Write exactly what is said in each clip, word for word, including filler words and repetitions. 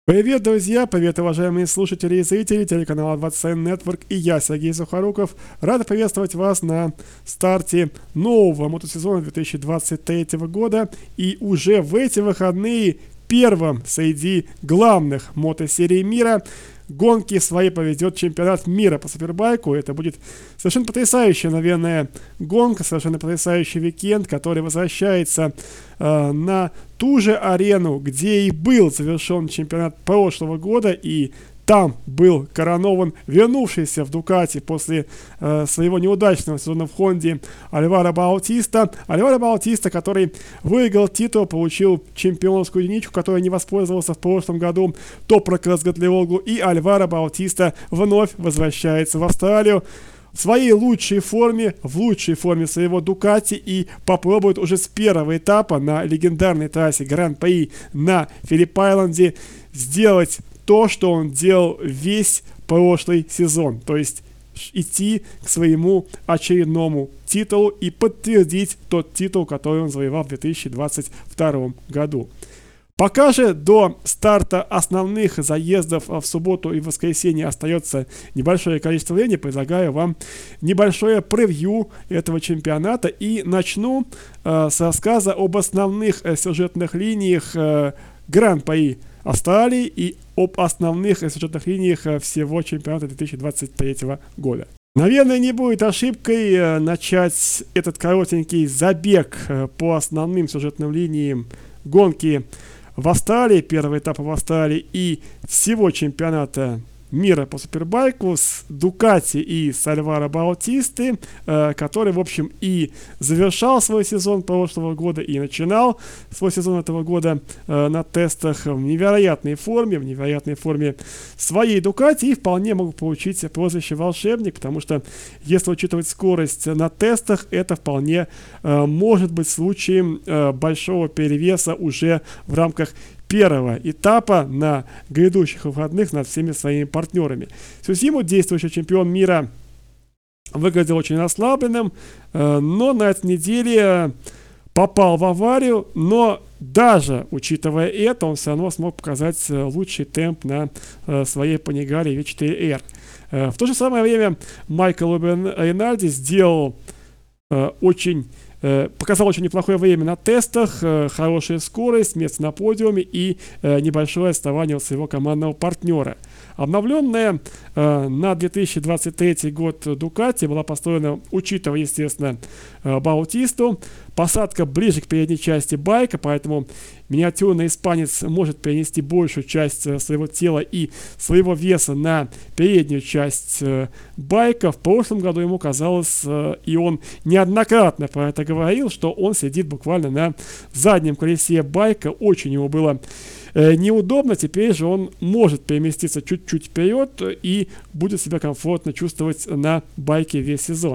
Привет, друзья! Привет, уважаемые слушатели и зрители телеканала двадцать один Network, и я, Сергей Сухоруков, рад приветствовать вас на старте нового мотосезона две тысячи двадцать третьего года, и уже в эти выходные первым среди главных мотосерий мира гонки свои поведет чемпионат мира по супербайку. Это будет совершенно потрясающая, наверное, гонка, совершенно потрясающий уикенд, который возвращается э, на ту же арену, где и был завершен чемпионат прошлого года, и там был коронован вернувшийся в Дукати после э, своего неудачного сезона в Хонде Альваро Баутиста. Альваро Баутиста, который выиграл титул, получил чемпионскую единичку, которой не воспользовался в прошлом году, Топрак разготлеволгу, и Альваро Баутиста вновь возвращается в Австралию в своей лучшей форме, в лучшей форме своего Дукати, и попробует уже с первого этапа на легендарной трассе Гран-при на Филипп-Айленде сделать то, что он делал весь прошлый сезон, то есть идти к своему очередному титулу и подтвердить тот титул, который он завоевал в две тысячи двадцать втором году. Пока же до старта основных заездов в субботу и воскресенье остается небольшое количество времени, предлагаю вам небольшое превью этого чемпионата, и начну э, с рассказа об основных э, сюжетных линиях э, Гран-при Австралии и об основных сюжетных линиях всего чемпионата две тысячи двадцать третьего года. Наверное, не будет ошибкой э, начать этот коротенький забег э, по основным сюжетным линиям гонки в Австралии, первый этап в Австралии и всего чемпионата мира по супербайку с Дукати и с Альваро Баутисты, э, который, в общем, и завершал свой сезон прошлого года и начинал свой сезон этого года э, на тестах в невероятной форме, в невероятной форме своей Дукати, и вполне мог получить прозвище волшебник, потому что, если учитывать скорость на тестах, это вполне э, может быть случаем э, большого перевеса уже в рамках первого этапа на грядущих выходных над всеми своими партнерами. Всю зиму действующий чемпион мира выглядел очень расслабленным, но на этой неделе попал в аварию, но даже учитывая это, он все равно смог показать лучший темп на своей Panigale ви четыре эр. В то же самое время Майкл Ринальди сделал очень Показал очень неплохое время на тестах, хорошая скорость, место на подиуме и небольшое отставание от своего командного партнера. Обновленная на две тысячи двадцать третий год Дукати была построена, учитывая, естественно, Баутисту. Посадка ближе к передней части байка, поэтому миниатюрный испанец может перенести большую часть своего тела и своего веса на переднюю часть байка. В прошлом году ему казалось, и он неоднократно про это говорил, что он сидит буквально на заднем колесе байка. Очень ему было неудобно. Теперь же он может переместиться чуть-чуть вперед и будет себя комфортно чувствовать на байке весь сезон.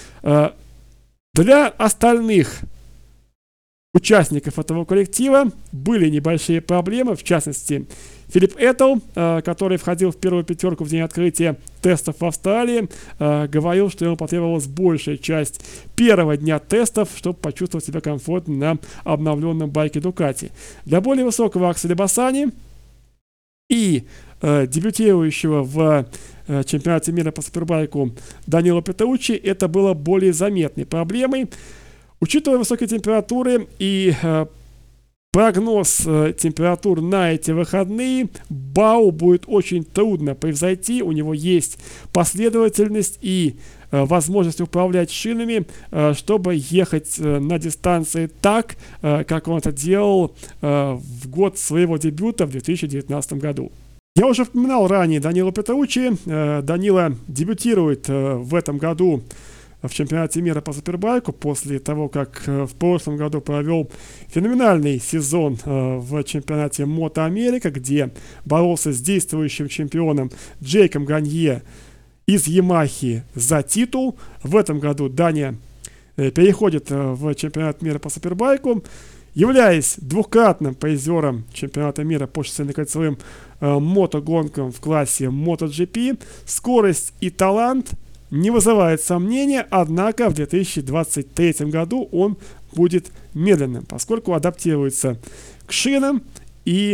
Для остальных участников этого коллектива были небольшие проблемы, в частности, Филипп Этел, который входил в первую пятерку в день открытия тестов в Австралии, говорил, что ему потребовалась большая часть первого дня тестов, чтобы почувствовать себя комфортно на обновленном байке Дукати. Для более высокого Акселя Бассани и э, дебютирующего в э, чемпионате мира по супербайку Данило Петруччи это было более заметной проблемой. Учитывая высокие температуры и э, прогноз э, температур на эти выходные, Бау будет очень трудно превзойти. У него есть последовательность и э, возможность управлять шинами, э, чтобы ехать э, на дистанции так, э, как он это делал э, в год своего дебюта в две тысячи девятнадцатом году. Я уже упоминал ранее Данило Петруччи. Э, Данила дебютирует э, в этом году в чемпионате мира по супербайку после того, как в прошлом году провел феноменальный сезон в чемпионате Мото Америка, где боролся с действующим чемпионом Джейком Ганье из Ямахи за титул. В этом году Даня переходит в чемпионат мира по супербайку, являясь двукратным призером чемпионата мира по шоссейно-кольцевым мотогонкам в классе MotoGP. Скорость и талант не вызывает сомнения, однако в две тысячи двадцать третьем году он будет медленным, поскольку адаптируется к шинам и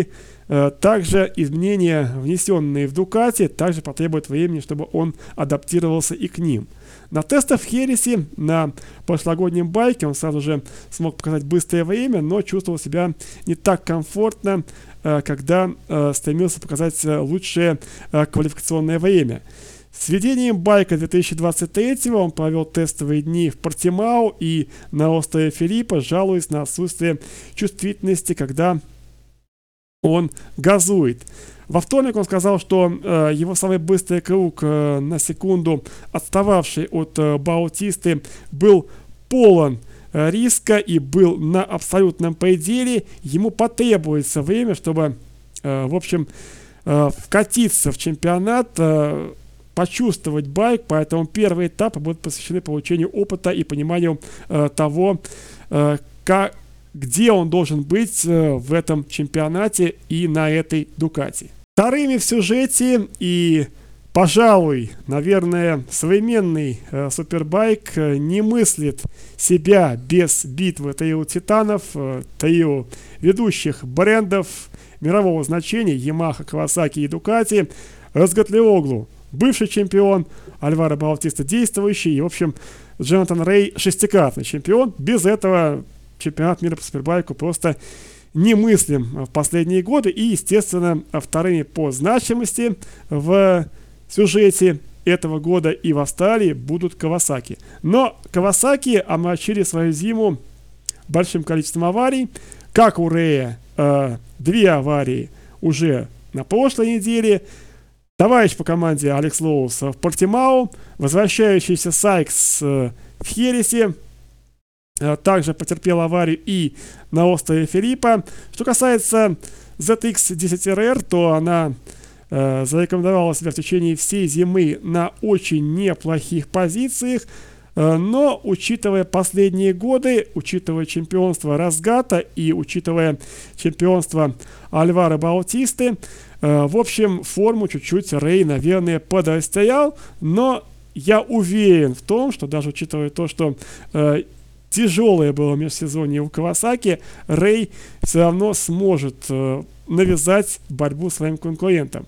Также изменения, внесенные в Дукати, также потребуют времени, чтобы он адаптировался и к ним. На тестах в Хереси на прошлогоднем байке он сразу же смог показать быстрое время, но чувствовал себя не так комфортно, когда стремился показать лучшее квалификационное время. С ведением байка две тысячи двадцать третьего он провел тестовые дни в Портимау и на острове Филиппа, жалуясь на отсутствие чувствительности, когда он газует. Во вторник он сказал, что э, его самый быстрый круг, э, на секунду отстававший от э, Баутисты, был полон э, риска и был на абсолютном пределе. Ему потребуется время, чтобы, э, в общем, э, вкатиться в чемпионат, э, почувствовать байк, поэтому первые этапы будут посвящены получению опыта и пониманию э, того, э, как где он должен быть э, в этом чемпионате и на этой Дукати. Вторыми в сюжете и, пожалуй, наверное, современный э, супербайк э, не мыслит себя без битвы трио титанов, э, трио ведущих брендов мирового значения Yamaha, Kawasaki и Ducati, Разгатлиоглу, бывший чемпион, Альваро Баутиста действующий и, в общем, Джонатан Рей шестикратный чемпион. Без этого чемпионат мира по супербайку просто немыслим в последние годы. И, естественно, вторыми по значимости в сюжете этого года и в Австралии будут Кавасаки. Но Кавасаки омрачили свою зиму большим количеством аварий. Как у Рея, э, две аварии уже на прошлой неделе. Товарищ по команде Алекс Лоус в Портимау, возвращающийся Сайкс э, в Хересе, также потерпел аварию и на острове Филиппа. Что касается зет икс десять эр эр, то она э, зарекомендовала себя в течение всей зимы на очень неплохих позициях. Э, но, учитывая последние годы, учитывая чемпионство Разгата и учитывая чемпионство Альваро Баутисты, э, в общем, форму чуть-чуть Рей, наверное, подрастерял. Но я уверен в том, что даже учитывая то, что э, тяжелое было межсезонье у Кавасаки, Рей все равно сможет э, навязать борьбу своим конкурентам.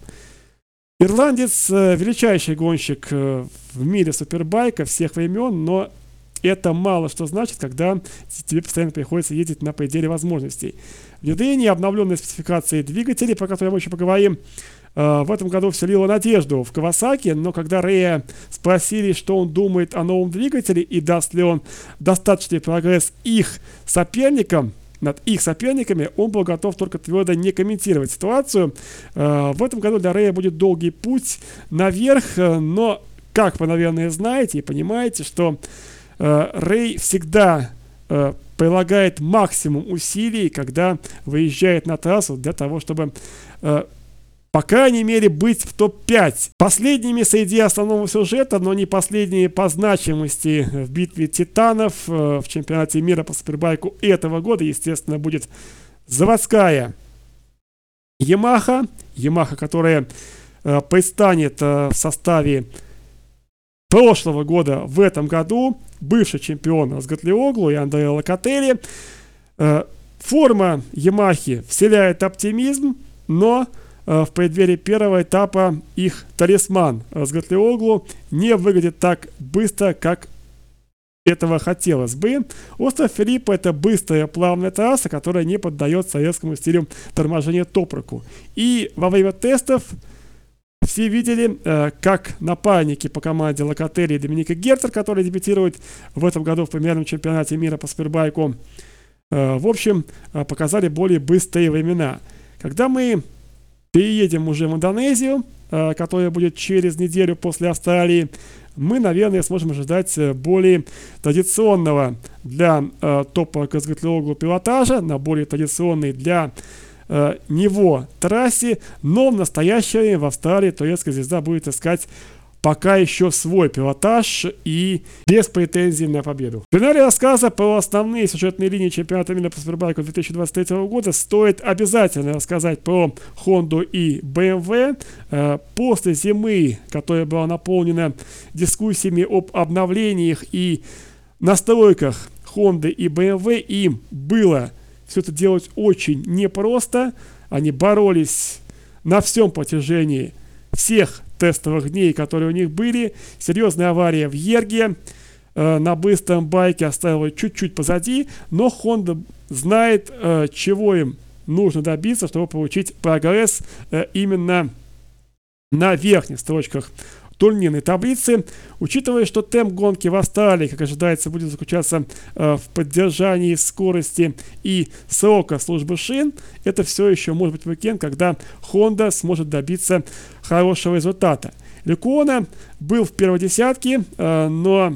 Ирландец э, величайший гонщик э, в мире супербайка всех времен, но это мало что значит, когда тебе постоянно приходится ездить на пределе возможностей. Внедрение обновленной спецификации двигателей, про которую мы еще поговорим, в этом году вселило надежду в Кавасаки, но когда Рея спросили, что он думает о новом двигателе и даст ли он достаточный прогресс их соперникам, над их соперниками, он был готов только твердо не комментировать ситуацию. В этом году для Рея будет долгий путь наверх, но, как вы, наверное, знаете и понимаете, что Рей всегда прилагает максимум усилий, когда выезжает на трассу для того, чтобы по крайней мере быть в топ пять. Последними среди основного сюжета, но не последние по значимости в битве титанов в чемпионате мира по супербайку этого года, естественно, будет заводская Yamaha. Yamaha, которая э, предстанет э, в составе прошлого года в этом году. Бывший чемпион Разгатлиоглу и Андреа Локотелли. Э, форма Ямахи вселяет оптимизм, но в преддверии первого этапа их талисман Разгатлиоглу не выглядит так быстро, как этого хотелось бы. Остров Филиппа — это быстрая плавная трасса, которая не поддается резкому стилю торможения топраку. И во время тестов все видели, как напарники по команде Локотелли и Доминика Гертер, которые дебютируют в этом году в премьерном чемпионате мира по супербайку, в общем, показали более быстрые времена. Когда мы переедем уже в Индонезию, э, которая будет через неделю после Австралии, мы, наверное, сможем ожидать более традиционного для э, топа Разгатлиоглу пилотажа, на более традиционной для э, него трассе, но в настоящее время в Австралии турецкая звезда будет искать пока еще свой пилотаж и без претензий на победу. В финале рассказа про основные сюжетные линии чемпионата мира по супербайку две тысячи двадцать третьего года стоит обязательно рассказать про Honda и бэ эм вэ. После зимы, которая была наполнена дискуссиями об обновлениях и настройках Honda и бэ эм вэ, им было все это делать очень непросто. Они боролись на всем протяжении всех тестовых дней, которые у них были. Серьезная авария в Ерге э, на быстром байке оставила чуть-чуть позади, но Honda знает, э, чего им нужно добиться, чтобы получить прогресс э, именно на верхних строчках турнирной таблицы. Учитывая, что темп гонки в Австралии, как ожидается, будет заключаться э, в поддержании скорости и срока службы шин, это все еще может быть уикенд, когда Honda сможет добиться хорошего результата. Лекуона был в первой десятке, э, но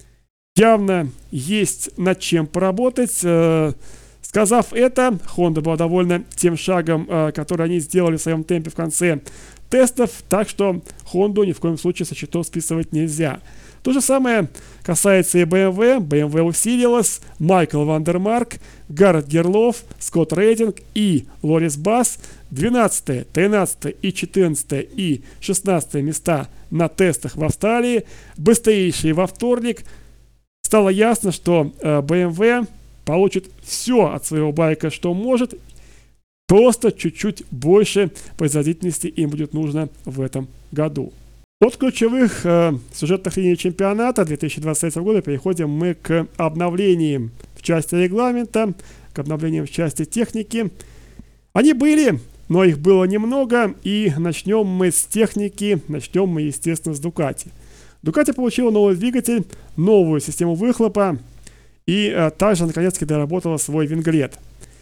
явно есть над чем поработать. Э, сказав это, Honda была довольна тем шагом, э, который они сделали в своем темпе в конце тестов, так что Honda ни в коем случае со счетов списывать нельзя. То же самое касается и бэ эм вэ. бэ эм вэ усилилась. Майкл Вандермарк, Гаррет Герлов, Скотт Рейдинг и Лорис Басс двенадцатое, тринадцатое и четырнадцатое и шестнадцатое места на тестах в Австралии, быстрейшие во вторник. Стало ясно, что э, бэ эм вэ получит все от своего байка, что может. Просто чуть-чуть больше производительности им будет нужно в этом году. От ключевых э, сюжетных линий чемпионата две тысячи двадцать третьего года переходим мы к обновлениям в части регламента, к обновлениям в части техники. Они были, но их было немного, и начнем мы с техники, начнем мы, естественно, с Ducati. Ducati получила новый двигатель, новую систему выхлопа и э, также, наконец-таки, доработала свой вингрет.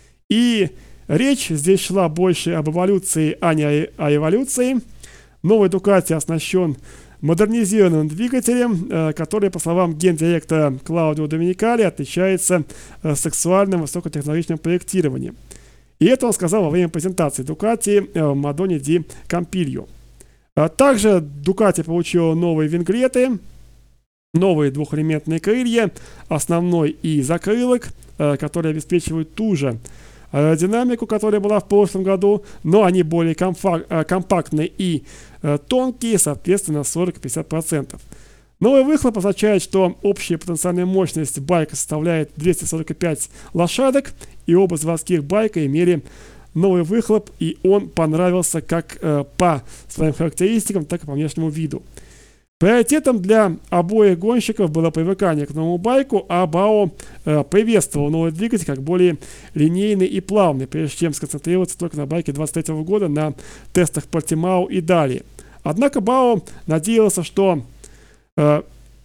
И речь здесь шла больше об эволюции, а не о эволюции. Новый Ducati оснащен модернизированным двигателем, который, по словам гендиректора Клаудио Доминикали, отличается сексуальным высокотехнологичным проектированием. И это он сказал во время презентации Ducati в Мадоне ди Кампильо. Также Ducati получила новые вингреты, новые двухэлементные крылья, основной и закрылок, которые обеспечивают ту же аэродинамику, которая была в прошлом году, но они более комфак- компактные и э, тонкие, соответственно, сорок-пятьдесят процентов. Новый выхлоп означает, что общая потенциальная мощность байка составляет двести сорок пять лошадок, и оба заводских байка имели новый выхлоп, и он понравился как э, по своим характеристикам, так и по внешнему виду. Приоритетом для обоих гонщиков было привыкание к новому байку, а БАО э, приветствовал новый двигатель как более линейный и плавный, прежде чем сконцентрироваться только на байке двадцать третьего года на тестах Портимао и далее. Однако БАО надеялся, что э,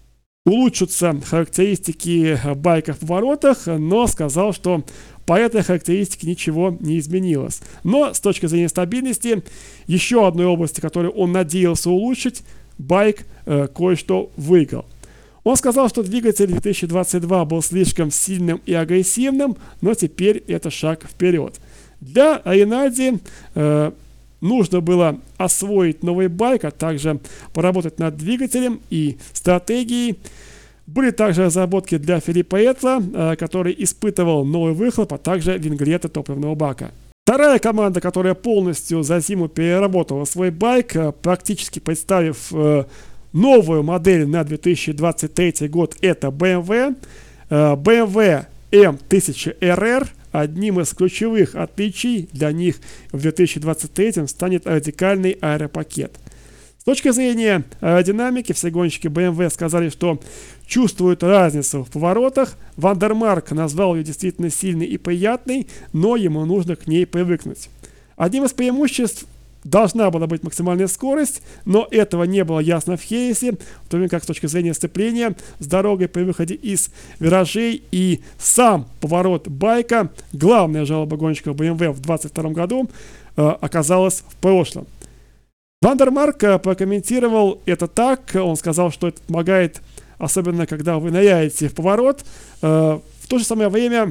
улучшатся характеристики байков в поворотах, но сказал, что по этой характеристике ничего не изменилось. Но с точки зрения стабильности, еще одной области, которую он надеялся улучшить, байк э, кое-что выиграл. Он сказал, что двигатель две тысячи двадцать два был слишком сильным и агрессивным, но теперь это шаг вперед. Для Ринальди э, нужно было освоить новый байк, а также поработать над двигателем и стратегией. Были также разработки для Филиппа Этла, э, который испытывал новый выхлоп, а также вингреты топливного бака. Вторая команда, которая полностью за зиму переработала свой байк, практически представив э, новую модель на две тысячи двадцать третий год, это бэ эм вэ. Э, бэ эм вэ эм тысяча эр эр. Одним из ключевых отличий для них в две тысячи двадцать третьем станет радикальный аэропакет. С точки зрения аэродинамики, все гонщики бэ эм вэ сказали, что чувствуют разницу в поворотах. Вандермарк назвал ее действительно сильной и приятной, но ему нужно к ней привыкнуть. Одним из преимуществ должна была быть максимальная скорость, но этого не было ясно в Хейсе, в то время как с точки зрения сцепления с дорогой при выходе из виражей и сам поворот байка, главная жалоба гонщиков бэ эм вэ в две тысячи двадцать втором году, э, оказалась в прошлом. Вандермарк прокомментировал это так, он сказал, что это помогает, особенно когда вы ныряете в поворот. В то же самое время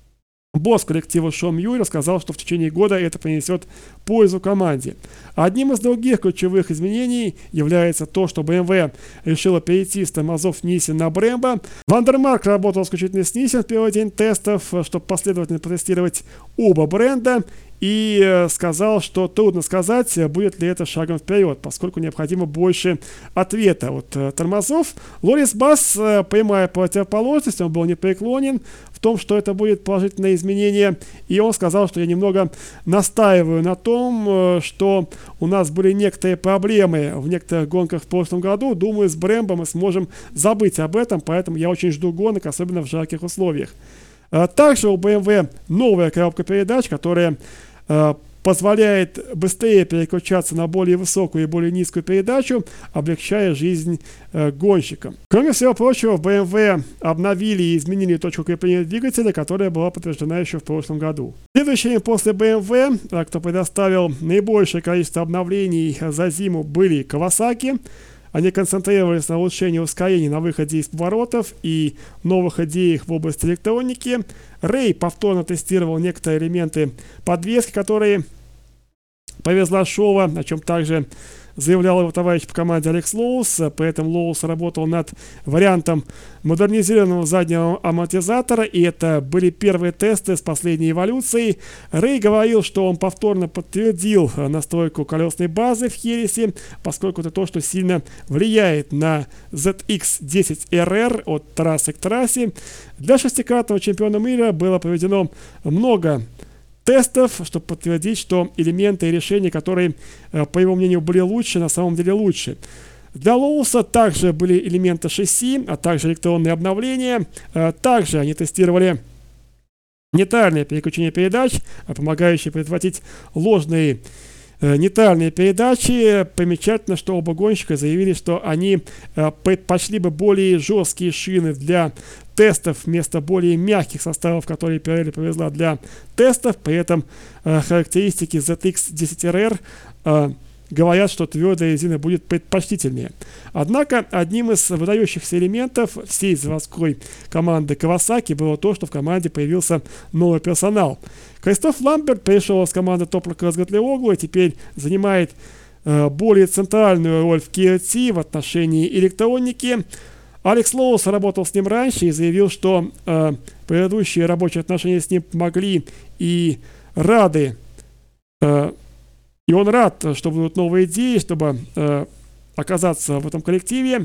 босс коллектива Шон Мьюи рассказал, что в течение года это принесет пользу команде. Одним из других ключевых изменений является то, что бэ эм вэ решила перейти с тормозов Nissin на Brembo. Вандермарк работал исключительно с Nissin в первый день тестов, чтобы последовательно протестировать оба бренда. И э, сказал, что трудно сказать, будет ли это шагом вперед, поскольку необходимо больше ответа от э, тормозов. Лорис Басс, э, прямая противоположность, он был непреклонен, в том, что это будет положительное изменение. И он сказал, что я немного настаиваю на том, что у нас были некоторые проблемы в некоторых гонках в прошлом году. Думаю, с Брэмбо мы сможем забыть об этом, поэтому я очень жду гонок, особенно в жарких условиях. Также у бэ эм вэ новая коробка передач, которая позволяет быстрее переключаться на более высокую и более низкую передачу, облегчая жизнь э, гонщикам. Кроме всего прочего, в бэ эм вэ обновили и изменили точку крепления двигателя, которая была подтверждена еще в прошлом году. Следующими после бэ эм вэ, э, кто предоставил наибольшее количество обновлений за зиму, были Kawasaki. Они концентрировались на улучшении ускорений на выходе из поворотов и новых идеях в области электроники. Рэй повторно тестировал некоторые элементы подвески, которые повезла Шова, о чем также заявлял его товарищ по команде Алекс Лоус. При этом Лоус работал над вариантом модернизированного заднего амортизатора, и это были первые тесты с последней эволюцией. Рэй говорил, что он повторно подтвердил настройку колесной базы в Хересе, поскольку это то, что сильно влияет на зет икс десять эр эр от трассы к трассе. Для шестикратного чемпиона мира было проведено много тестов, чтобы подтвердить, что элементы и решения, которые, по его мнению, были лучше, на самом деле лучше. Для Лоуса также были элементы шасси, а также электронные обновления. Также они тестировали нейтральное переключение передач, помогающее предотвратить ложные нейтральные передачи. Примечательно, что оба гонщика заявили, что они предпочли бы более жесткие шины для тестов вместо более мягких составов, которые Pirelli привезла для тестов. При этом э, характеристики зет икс десять эр эр э, говорят, что твердая резина будет предпочтительнее. Однако одним из выдающихся элементов всей заводской команды Kawasaki было то, что в команде появился новый персонал. Кристоф Ламберт перешел с команды Топрака Разгатлиоглу и теперь занимает э, более центральную роль в кей эр ти в отношении электроники. Алекс Лоус работал с ним раньше и заявил, что э, предыдущие рабочие отношения с ним помогли и рады, э, и он рад, что будут новые идеи, чтобы э, оказаться в этом коллективе.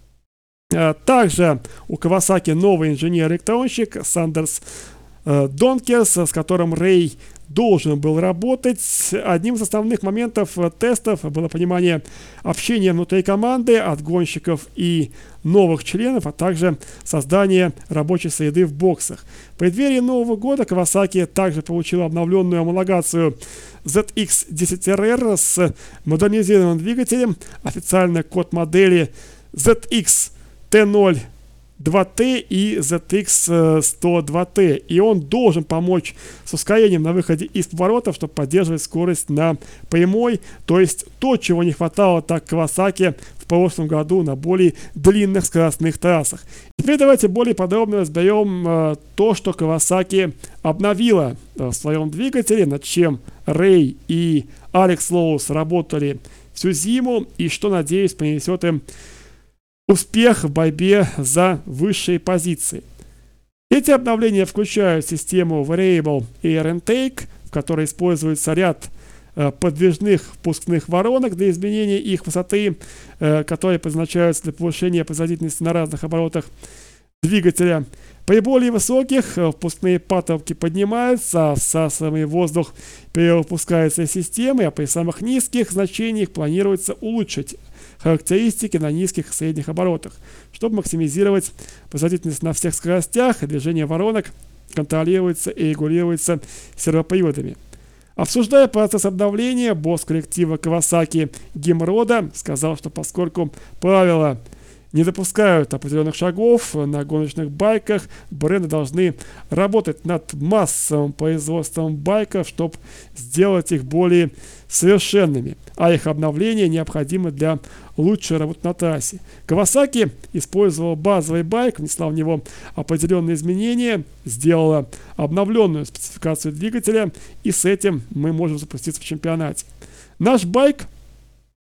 Э, также у Kawasaki новый инженер-электронщик Сандерс э, Донкерс, с которым Рэй должен был работать. Одним из основных моментов тестов было понимание общения внутри команды от гонщиков и новых членов, а также создание рабочей среды в боксах. В преддверии Нового года Kawasaki также получила обновленную homologацию зет икс десять эр эр с модернизированным двигателем. Официально код модели зет икс ти ноль два тэ и зет икс сто два тэ, и он должен помочь с ускорением на выходе из поворотов, чтобы поддерживать скорость на прямой, то есть то, чего не хватало так Kawasaki в прошлом году на более длинных скоростных трассах. Теперь давайте более подробно разберем э, то, что Kawasaki обновила э, в своем двигателе, над чем Рэй и Алекс Лоус работали всю зиму, и что, надеюсь, принесет им успех в борьбе за высшие позиции. Эти обновления включают систему Variable Air Intake, в которой используется ряд э, подвижных впускных воронок для изменения их высоты, э, которые предназначаются для повышения производительности на разных оборотах двигателя. При более высоких э, впускные патрубки поднимаются, а всасываемый воздух перевыпускается из системы, а при самых низких значениях планируется улучшить характеристики на низких и средних оборотах, чтобы максимизировать производительность на всех скоростях. Движение воронок контролируется и регулируется сервоприводами. Обсуждая процесс обновления, босс коллектива Kawasaki Гимрода сказал, что поскольку правила не допускают определенных шагов на гоночных байках, бренды должны работать над массовым производством байков, чтобы сделать их более совершенными, а их обновление необходимо для лучшей работы на трассе. Kawasaki использовала базовый байк, внесла в него определенные изменения, сделала обновленную спецификацию двигателя, и с этим мы можем запуститься в чемпионате. Наш байк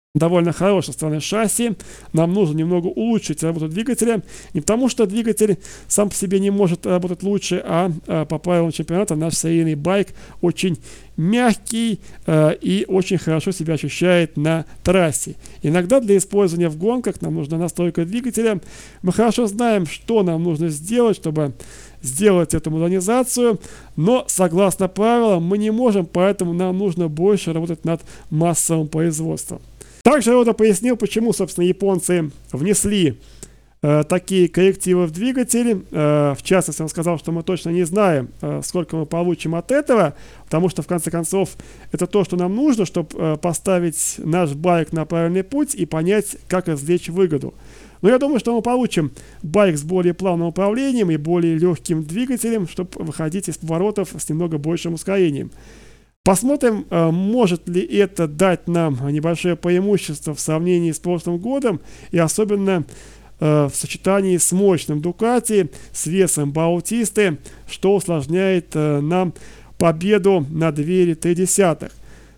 довольно хорошей стороны шасси. Нам нужно немного улучшить работу двигателя. Не потому, что двигатель сам по себе не может работать лучше, а, а по правилам чемпионата наш серийный байк очень мягкий э, и очень хорошо себя ощущает на трассе. Иногда для использования в гонках нам нужна настройка двигателя. Мы хорошо знаем, что нам нужно сделать, чтобы сделать эту модернизацию, но согласно правилам мы не можем, поэтому нам нужно больше работать над массовым производством. Также Рода пояснил, почему, собственно, японцы внесли э, такие коррективы в двигатель. Э, в частности, он сказал, что мы точно не знаем, э, сколько мы получим от этого, потому что, в конце концов, это то, что нам нужно, чтобы э, поставить наш байк на правильный путь и понять, как извлечь выгоду. Но я думаю, что мы получим байк с более плавным управлением и более легким двигателем, чтобы выходить из поворотов с немного большим ускорением. Посмотрим, может ли это дать нам небольшое преимущество в сравнении с прошлым годом, и особенно в сочетании с мощным Ducati, с весом Баутисты, что усложняет нам победу на две или три десятых,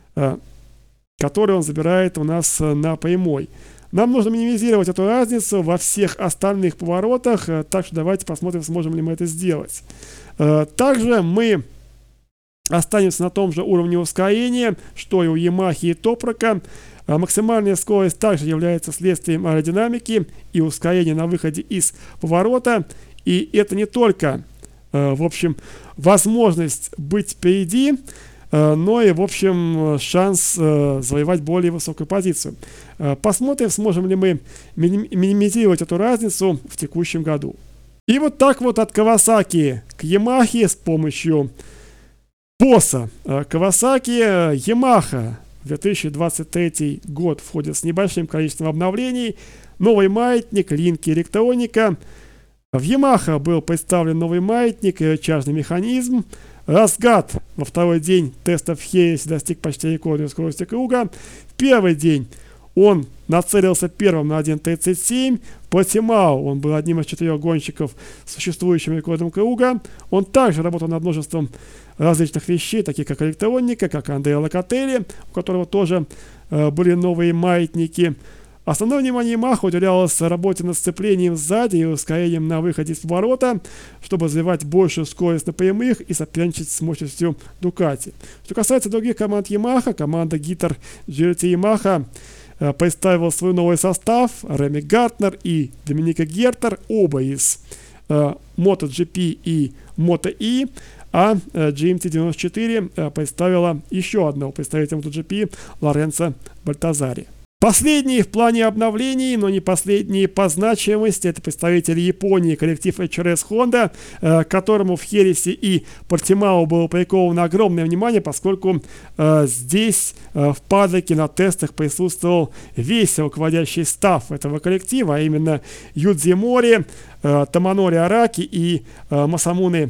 которую он забирает у нас на прямой. Нам нужно минимизировать эту разницу во всех остальных поворотах, так что давайте посмотрим, сможем ли мы это сделать. Также мы останемся на том же уровне ускорения, что и у Yamaha и Toprak. Максимальная скорость также является следствием аэродинамики и ускорения на выходе из поворота. И это не только, в общем, возможность быть впереди, но и, в общем, шанс завоевать более высокую позицию. Посмотрим, сможем ли мы минимизировать эту разницу в текущем году. И вот так вот от Kawasaki к Yamaha с помощью босса Kawasaki. Yamaha две тысячи двадцать третий год входит с небольшим количеством обновлений. Новый маятник, линки, электроника. В Yamaha был представлен новый маятник и рычажный механизм. Разгад во второй день тестов в Хересе достиг почти рекордной скорости круга. В первый день он нацелился первым на один тридцать семь. В Портимау он был одним из четырех гонщиков с существующим рекордом круга. Он также работал над множеством различных вещей, таких как электроника, как Андреа Локотелли, у которого тоже э, были новые маятники. Основное внимание Yamaha уделялось работе над сцеплением сзади и ускорением на выходе из поворота, чтобы развивать большую скорость на прямых и соперничать с мощностью Ducati. Что касается других команд Yamaha, команда Guitar джи эл ти Yamaha э, представила свой новый состав. Реми Гартнер и Доминика Гертер, оба из э, MotoGP и Moto-E. А джи эм ти девяносто четыре представила еще одного представителя MotoGP Лоренцо Бальтазари. Последний в плане обновлений, но не последний по значимости, это представитель Японии, коллектив эйч ар эс Honda, э, которому в Хересе и Портимау было приковано огромное внимание, поскольку э, здесь э, в паддоке на тестах присутствовал весь руководящий став этого коллектива, а именно Юдзи Мори, э, Томанори Араки и э, Масамуне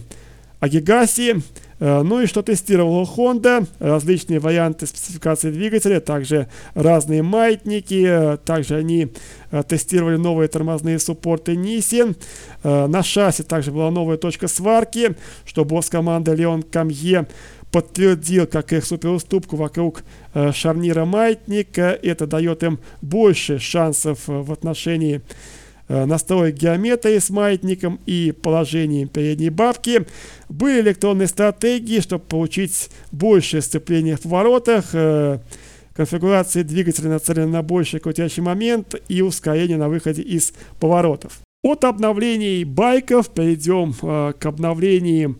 Агигаси. Ну и что тестировала Honda, различные варианты спецификации двигателя, также разные маятники, также они тестировали новые тормозные суппорты Nissin. На шасси также была новая точка сварки, что босс команды Леон Камье подтвердил как их суперуступку вокруг шарнира маятника. Это дает им больше шансов в отношении настроек геометрии с маятником и положением передней бабки. Были электронные стратегии, чтобы получить большее сцепление в поворотах, э, конфигурации двигателя нацелены на больший крутящий момент и ускорение на выходе из поворотов. От обновлений байков перейдем э, к обновлениям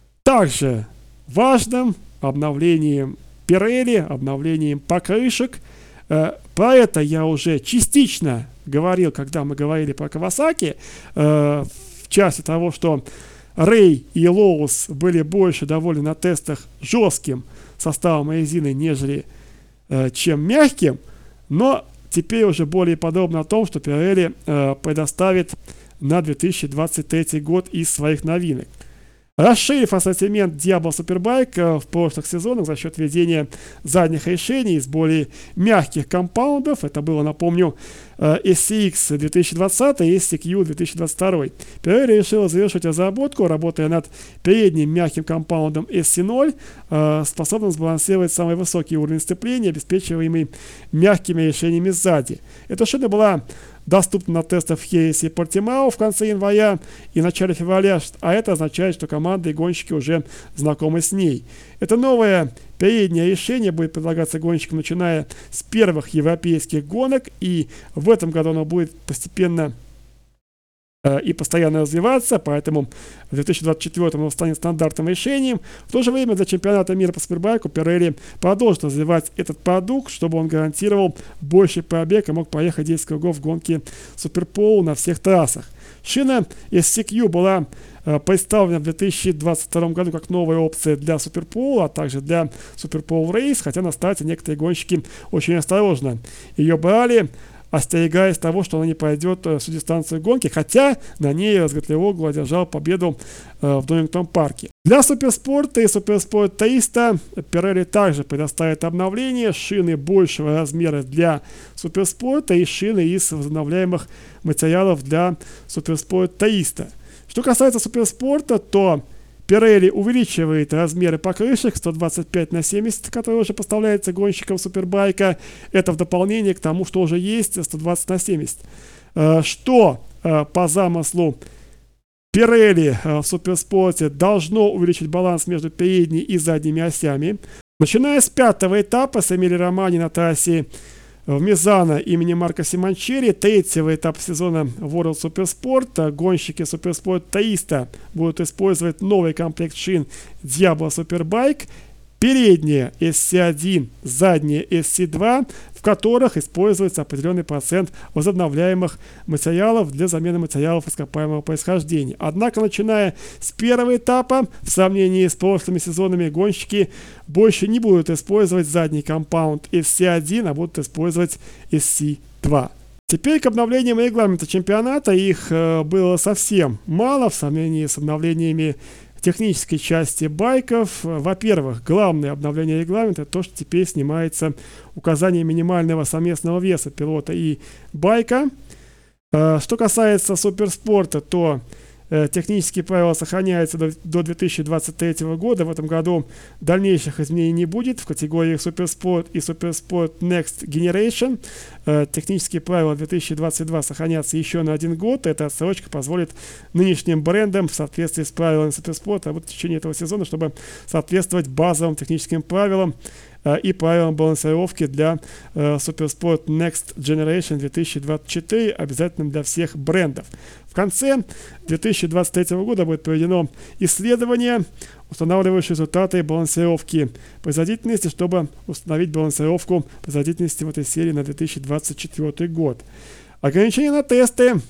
также важным, обновлениям Pirelli, обновлениям покрышек. Э, про это я уже частично говорил, когда мы говорили про Kawasaki, э, в части того, что Рэй и Лоус были больше довольны на тестах жестким составом резины, нежели э, чем мягким, но теперь уже более подробно о том, что Pirelli э, предоставит на две тысячи двадцать третий год из своих новинок. Расширив ассортимент Diablo Superbike в прошлых сезонах за счет введения задних решений из более мягких компаундов, это было, напомню, эс си экс две тысячи двадцать и эс си кью две тысячи двадцать два, Pirelli решила завершить разработку, работая над передним мягким компаундом эс си ноль, способным сбалансировать самый высокий уровень сцепления, обеспечиваемый мягкими решениями сзади. Эта шина была доступна на тестах в Хересе и Портимао в конце января и начале февраля, а это означает, что команды и гонщики уже знакомы с ней. Это новое переднее решение будет предлагаться гонщикам, начиная с первых европейских гонок, и в этом году оно будет постепенно и постоянно развиваться, поэтому в две тысячи двадцать четвёртом оно станет стандартным решением. В то же время для чемпионата мира по супербайку Pirelli продолжит развивать этот продукт, чтобы он гарантировал больший пробег и мог проехать десять кругов в гонке Суперпол на всех трассах. Шина эс си кью была э, представлена в две тысячи двадцать втором году как новая опция для Суперпола, а также для Суперпол Рейс, хотя на старте некоторые гонщики очень осторожно ее брали, остерегаясь того, что она не пройдет э, всю дистанцию гонки, хотя на ней Разгатлеоглу одержал победу э, в Донингтон-парке. Для Суперспорта и Суперспорт триста Pirelli также предоставит обновление, шины большего размера для Суперспорта и шины из возобновляемых материалов для Суперспорт триста. Что касается Суперспорта, то Pirelli увеличивает размеры покрышек сто двадцать пять на семьдесят, которые уже поставляются гонщикам супербайка. Это в дополнение к тому, что уже есть сто двадцать на семьдесят. Что по замыслу Pirelli в суперспорте должно увеличить баланс между передней и задними осями. Начиная с пятого этапа с Эмили Романи на трассе в Мизано имени Марко Симончери, третьего этапа сезона World Supersport, гонщики Supersport триста будут использовать новый комплект шин Diablo Superbike, передние эс си один, задние эс си два, в которых используется определенный процент возобновляемых материалов для замены материалов ископаемого происхождения. Однако, начиная с первого этапа, в сравнении с прошлыми сезонами, гонщики больше не будут использовать задний компаунд эс си один, а будут использовать эс си два. Теперь к обновлениям регламента чемпионата. Их э, было совсем мало в сравнении с обновлениями технической части байков. Во-первых, главное обновление регламента — то, что теперь снимается указание минимального совместного веса пилота и байка. Что касается суперспорта, то технические правила сохраняются до, до две тысячи двадцать третьего года. В этом году дальнейших изменений не будет в категориях Суперспорт и Суперспорт Next Generation. Технические правила две тысячи двадцать два сохранятся еще на один год. Эта отсрочка позволит нынешним брендам в соответствии с правилами Суперспорта работать в течение этого сезона, чтобы соответствовать базовым техническим правилам и правилам балансировки для uh, Supersport Next Generation две тысячи двадцать четыре, обязательным для всех брендов. В конце две тысячи двадцать третьего года будет проведено исследование, устанавливающее результаты балансировки производительности, чтобы установить балансировку производительности в этой серии на две тысячи двадцать четвёртый год. Ограничения на тесты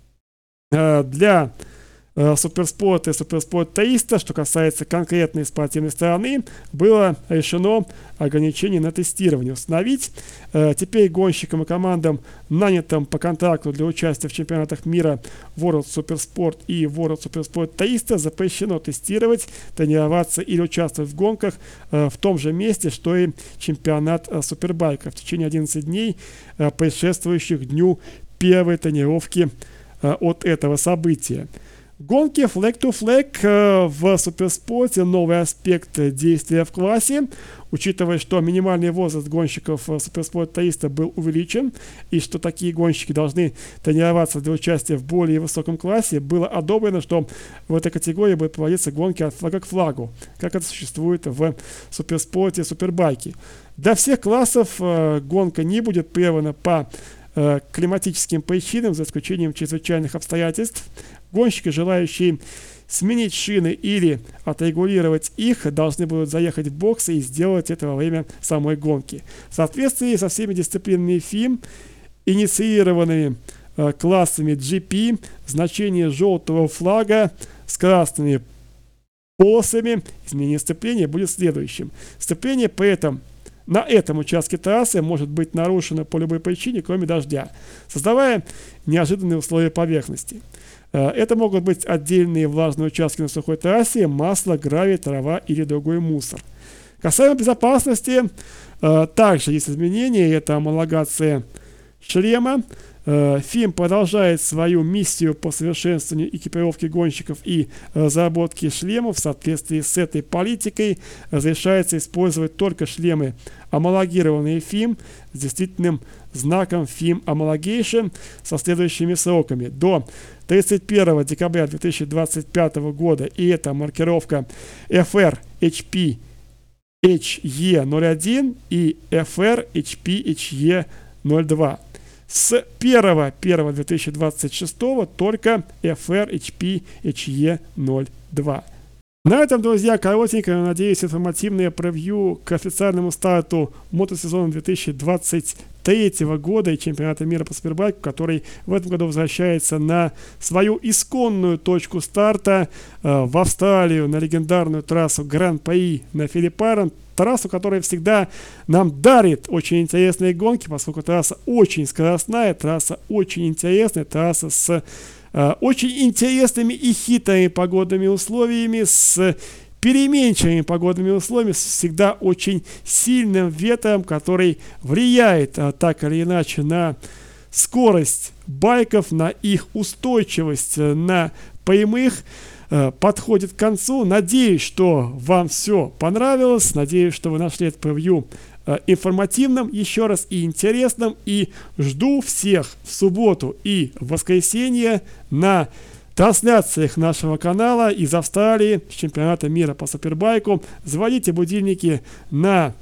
uh, для Суперспорт и Суперспорт триста, что касается конкретной спортивной стороны, было решено ограничение на тестирование установить. Теперь гонщикам и командам, нанятым по контракту для участия в чемпионатах мира World Supersport и World Supersport триста, запрещено тестировать, тренироваться или участвовать в гонках в том же месте, что и чемпионат супербайка в течение одиннадцати дней, предшествующих дню первой тренировки от этого события. Гонки Flag to Flag э, в суперспорте — новый аспект действия в классе. Учитывая, что минимальный возраст гонщиков Суперспорт триста был увеличен и что такие гонщики должны тренироваться для участия в более высоком классе, было одобрено, что в этой категории будут проводиться гонки от флага к флагу, как это существует в суперспорте супербайке. Для всех классов э, гонка не будет прервана по э, климатическим причинам, за исключением чрезвычайных обстоятельств. Гонщики, желающие сменить шины или отрегулировать их, должны будут заехать в боксы и сделать это во время самой гонки. В соответствии со всеми дисциплинами эф и эм, инициированными э, классами джи пи, значение желтого флага с красными полосами изменения сцепления будет следующим. Сцепление при этом на этом участке трассы может быть нарушено по любой причине, кроме дождя, создавая неожиданные условия поверхности. Это могут быть отдельные влажные участки на сухой трассе, масло, гравий, трава или другой мусор. Касаемо безопасности, также есть изменения, это homологация шлема. ФИМ продолжает свою миссию по совершенствованию экипировки гонщиков и разработке шлемов. В соответствии с этой политикой разрешается использовать только шлемы, homологированные ФИМ с действительным знаком ФИМ Homologation со следующими сроками. До тридцать первого декабря две тысячи двадцать пятого года, и это маркировка эф эр эйч пи эйч и ноль один и эф эр эйч пи эйч и ноль два. С первого января две тысячи двадцать шестого только эф эр эйч пи эйч и ноль два. На этом, друзья, коротенькое, надеюсь, информативное превью к официальному старту мотосезона две тысячи двадцать третьего года и чемпионата мира по супербайку, который в этом году возвращается на свою исконную точку старта э, в Австралию, на легендарную трассу Гран-при на Филипп Айленд. Трассу, которая всегда нам дарит очень интересные гонки, поскольку трасса очень скоростная, трасса очень интересная, трасса с э, очень интересными и хитрыми погодными условиями, с переменчивыми погодными условиями, с всегда очень сильным ветром, который влияет а, так или иначе на скорость байков, на их устойчивость на прямых. Подходит к концу. Надеюсь, что вам все понравилось. Надеюсь, что вы нашли это превью информативным еще раз и интересным. И жду всех в субботу и в воскресенье на трансляциях нашего канала из Австралии с чемпионата мира по супербайку. Заводите будильники на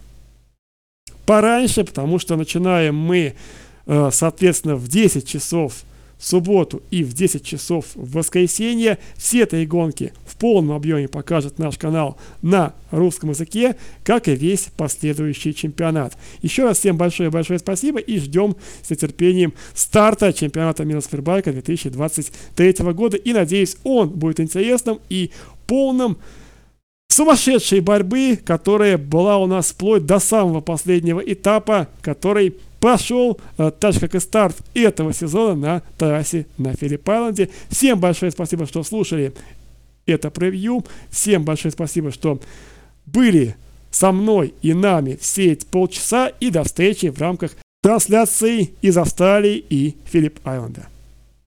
пораньше, потому что начинаем мы, соответственно, в десять часов в субботу и в десять часов в воскресенье. Все три гонки в полном объеме покажет наш канал на русском языке, как и весь последующий чемпионат. Еще раз всем большое-большое спасибо и ждем с нетерпением старта чемпионата мира супербайка две тысячи двадцать третьего года. И надеюсь, он будет интересным и полным сумасшедшей борьбы, которая была у нас вплоть до самого последнего этапа, который прошел, э, так же как и старт этого сезона на трассе на Филипп Айленде. Всем большое спасибо, что слушали это превью. Всем большое спасибо, что были со мной и нами все эти полчаса. И до встречи в рамках трансляции из Австралии и Филипп Айленда.